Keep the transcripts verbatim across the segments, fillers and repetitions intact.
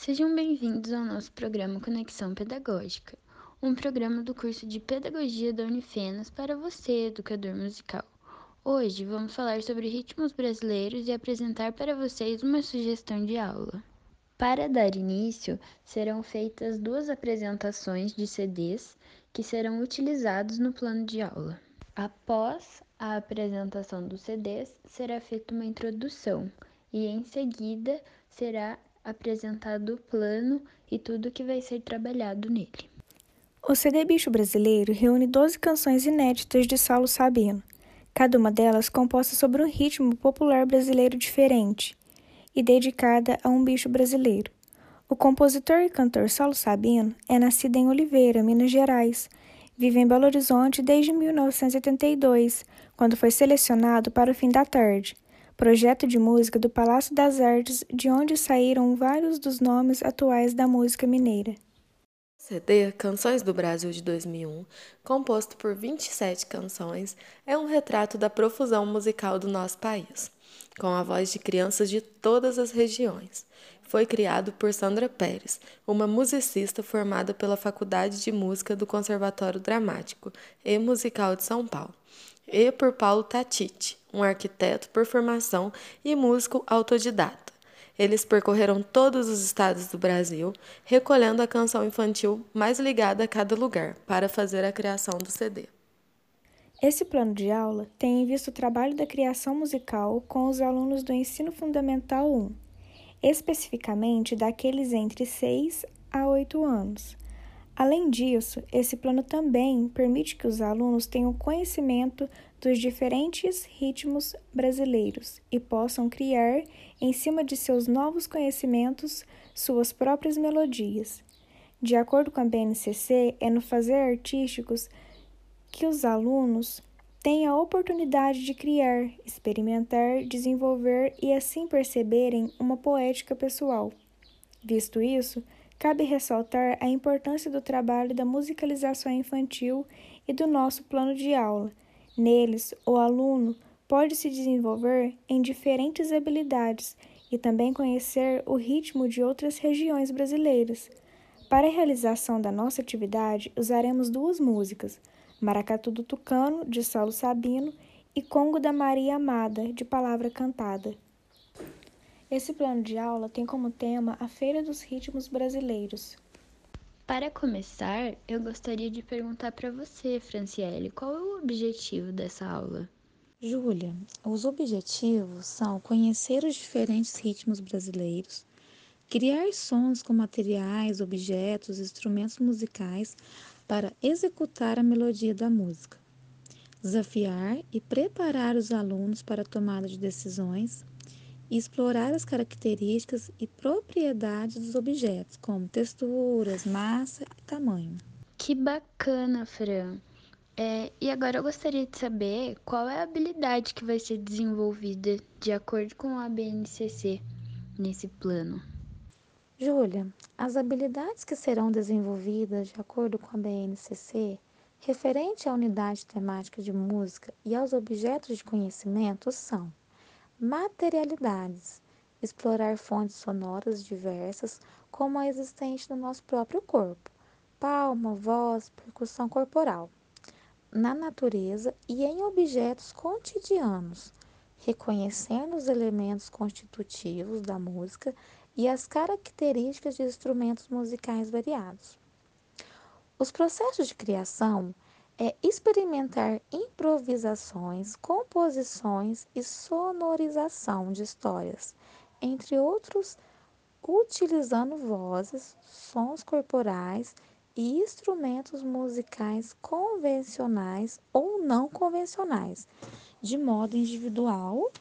Sejam bem-vindos ao nosso programa Conexão Pedagógica, um programa do curso de Pedagogia da Unifenas para você, educador musical. Hoje vamos falar sobre ritmos brasileiros e apresentar para vocês uma sugestão de aula. Para dar início, serão feitas duas apresentações de C Ds que serão utilizados no plano de aula. Após a apresentação dos C Ds, será feita uma introdução e, em seguida, será apresentado o plano e tudo que vai ser trabalhado nele. O C D Bicho Brasileiro reúne doze canções inéditas de Saulo Sabino, cada uma delas composta sobre um ritmo popular brasileiro diferente e dedicada a um bicho brasileiro. O compositor e cantor Saulo Sabino é nascido em Oliveira, Minas Gerais. Vive em Belo Horizonte desde mil novecentos e oitenta e dois, quando foi selecionado para o Fim da Tarde, projeto de música do Palácio das Artes, de onde saíram vários dos nomes atuais da música mineira. C D Canções do Brasil de dois mil e um, composto por vinte e sete canções, é um retrato da profusão musical do nosso país, com a voz de crianças de todas as regiões. Foi criado por Sandra Pérez, uma musicista formada pela Faculdade de Música do Conservatório Dramático e Musical de São Paulo, e por Paulo Tatiti, um arquiteto por formação e músico autodidata. Eles percorreram todos os estados do Brasil, recolhendo a canção infantil mais ligada a cada lugar, para fazer a criação do C D. Esse plano de aula tem em vista o trabalho da criação musical com os alunos do Ensino Fundamental um, especificamente daqueles entre seis a oito anos. Além disso, esse plano também permite que os alunos tenham conhecimento dos diferentes ritmos brasileiros e possam criar, em cima de seus novos conhecimentos, suas próprias melodias. De acordo com a B N C C, é no fazer artísticos que os alunos têm a oportunidade de criar, experimentar, desenvolver e assim perceberem uma poética pessoal. Visto isso, cabe ressaltar a importância do trabalho da musicalização infantil e do nosso plano de aula. Neles, o aluno pode se desenvolver em diferentes habilidades e também conhecer o ritmo de outras regiões brasileiras. Para a realização da nossa atividade, usaremos duas músicas, Maracatu do Tucano, de Saulo Sabino, e Congo da Maria Amada, de Palavra Cantada. Esse plano de aula tem como tema a Feira dos Ritmos Brasileiros. Para começar, eu gostaria de perguntar para você, Franciele, qual é o objetivo dessa aula? Júlia, os objetivos são conhecer os diferentes ritmos brasileiros, criar sons com materiais, objetos, instrumentos musicais para executar a melodia da música, desafiar e preparar os alunos para a tomada de decisões e explorar as características e propriedades dos objetos, como texturas, massa e tamanho. Que bacana, Fran! É, e agora eu gostaria de saber qual é a habilidade que vai ser desenvolvida de acordo com a B N C C nesse plano. Júlia, as habilidades que serão desenvolvidas de acordo com a B N C C, referente à unidade temática de música e aos objetos de conhecimento, são materialidades, explorar fontes sonoras diversas, como a existente no nosso próprio corpo, palma, voz, percussão corporal, na natureza e em objetos cotidianos, reconhecendo os elementos constitutivos da música e as características de instrumentos musicais variados. Os processos de criação é experimentar improvisações, composições e sonorização de histórias, entre outros, utilizando vozes, sons corporais e instrumentos musicais convencionais ou não convencionais, de modo individual,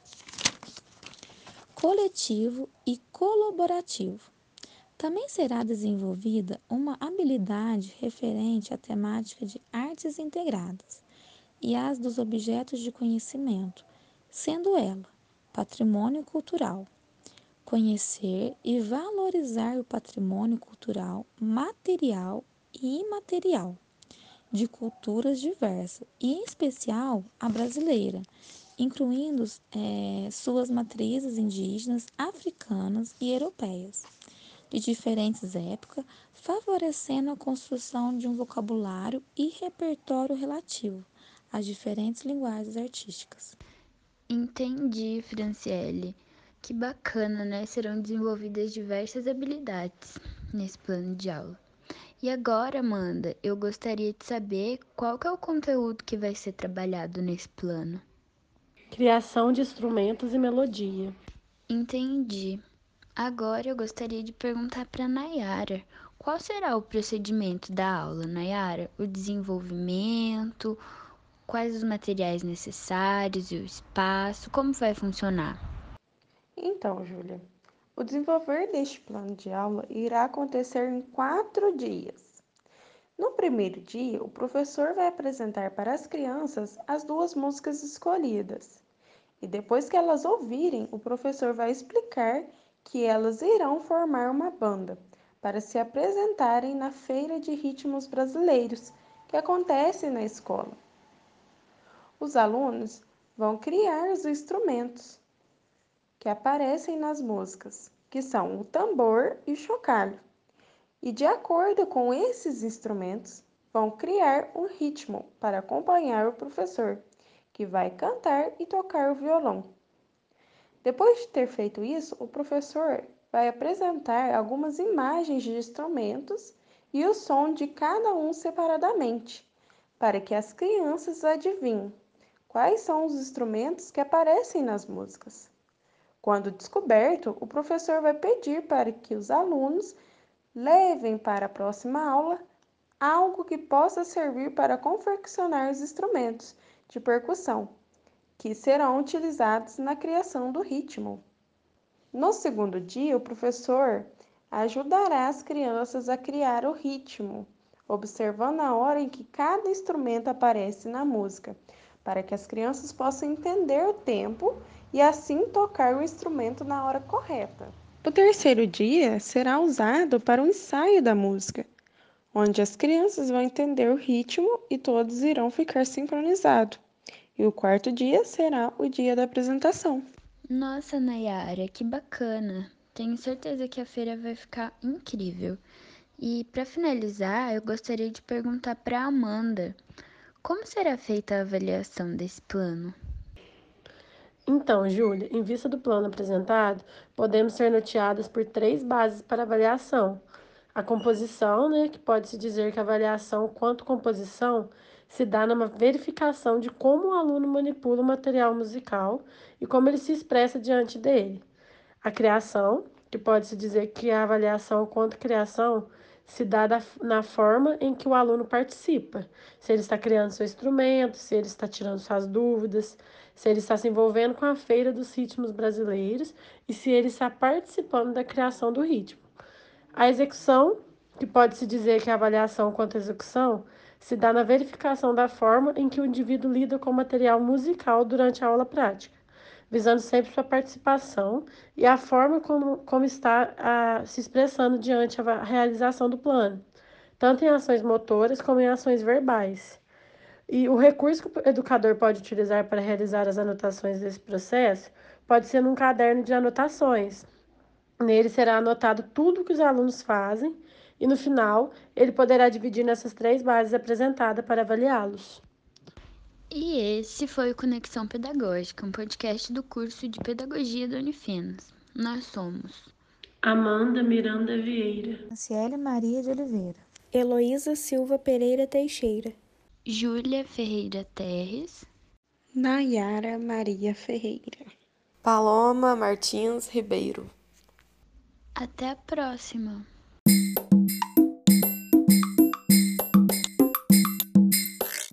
coletivo e colaborativo. Também será desenvolvida uma habilidade referente à temática de artes integradas e às dos objetos de conhecimento, sendo ela patrimônio cultural. Conhecer e valorizar o patrimônio cultural material e imaterial de culturas diversas, e em especial a brasileira, incluindo é, suas matrizes indígenas, africanas e europeias. de diferentes épocas, favorecendo a construção de um vocabulário e repertório relativo às diferentes linguagens artísticas. Entendi, Franciele. Que bacana, né? Serão desenvolvidas diversas habilidades nesse plano de aula. E agora, Amanda, eu gostaria de saber qual que é o conteúdo que vai ser trabalhado nesse plano. Criação de instrumentos e melodia. Entendi. Agora eu gostaria de perguntar para a Nayara. Qual será o procedimento da aula, Nayara? O desenvolvimento, quais os materiais necessários e o espaço, como vai funcionar? Então, Júlia, o desenvolver deste plano de aula irá acontecer em quatro dias. No primeiro dia, o professor vai apresentar para as crianças as duas músicas escolhidas. E depois que elas ouvirem, o professor vai explicar que elas irão formar uma banda para se apresentarem na Feira de Ritmos Brasileiros, que acontece na escola. Os alunos vão criar os instrumentos que aparecem nas músicas, que são o tambor e o chocalho. E de acordo com esses instrumentos, vão criar um ritmo para acompanhar o professor, que vai cantar e tocar o violão. Depois de ter feito isso, o professor vai apresentar algumas imagens de instrumentos e o som de cada um separadamente, para que as crianças adivinhem quais são os instrumentos que aparecem nas músicas. Quando descoberto, o professor vai pedir para que os alunos levem para a próxima aula algo que possa servir para confeccionar os instrumentos de percussão, que serão utilizados na criação do ritmo. No segundo dia, o professor ajudará as crianças a criar o ritmo, observando a hora em que cada instrumento aparece na música, para que as crianças possam entender o tempo e assim tocar o instrumento na hora correta. O terceiro dia será usado para o ensaio da música, onde as crianças vão entender o ritmo e todos irão ficar sincronizados. E o quarto dia será o dia da apresentação. Nossa, Nayara, que bacana! Tenho certeza que a feira vai ficar incrível. E para finalizar, eu gostaria de perguntar para Amanda, como será feita a avaliação desse plano? Então, Júlia, em vista do plano apresentado, podemos ser norteadas por três bases para avaliação. A composição, né, que pode-se dizer que a avaliação quanto composição se dá numa verificação de como o aluno manipula o material musical e como ele se expressa diante dele. A criação, que pode-se dizer que a avaliação quanto criação se dá da, na forma em que o aluno participa. Se ele está criando seu instrumento, se ele está tirando suas dúvidas, se ele está se envolvendo com a Feira dos Ritmos Brasileiros e se ele está participando da criação do ritmo. A execução, que pode-se dizer que a avaliação quanto à execução, se dá na verificação da forma em que o indivíduo lida com o material musical durante a aula prática, visando sempre sua participação e a forma como, como está a, se expressando diante a realização do plano, tanto em ações motoras como em ações verbais. E o recurso que o educador pode utilizar para realizar as anotações desse processo pode ser num caderno de anotações. Nele será anotado tudo que os alunos fazem e, no final, ele poderá dividir nessas três bases apresentadas para avaliá-los. E esse foi o Conexão Pedagógica, um podcast do curso de Pedagogia da Unifenas. Nós somos Amanda Miranda Vieira, Franciele Maria de Oliveira, Heloísa Silva Pereira Teixeira, Júlia Ferreira Terres, Nayara Maria Ferreira, Paloma Martins Ribeiro. Até a próxima!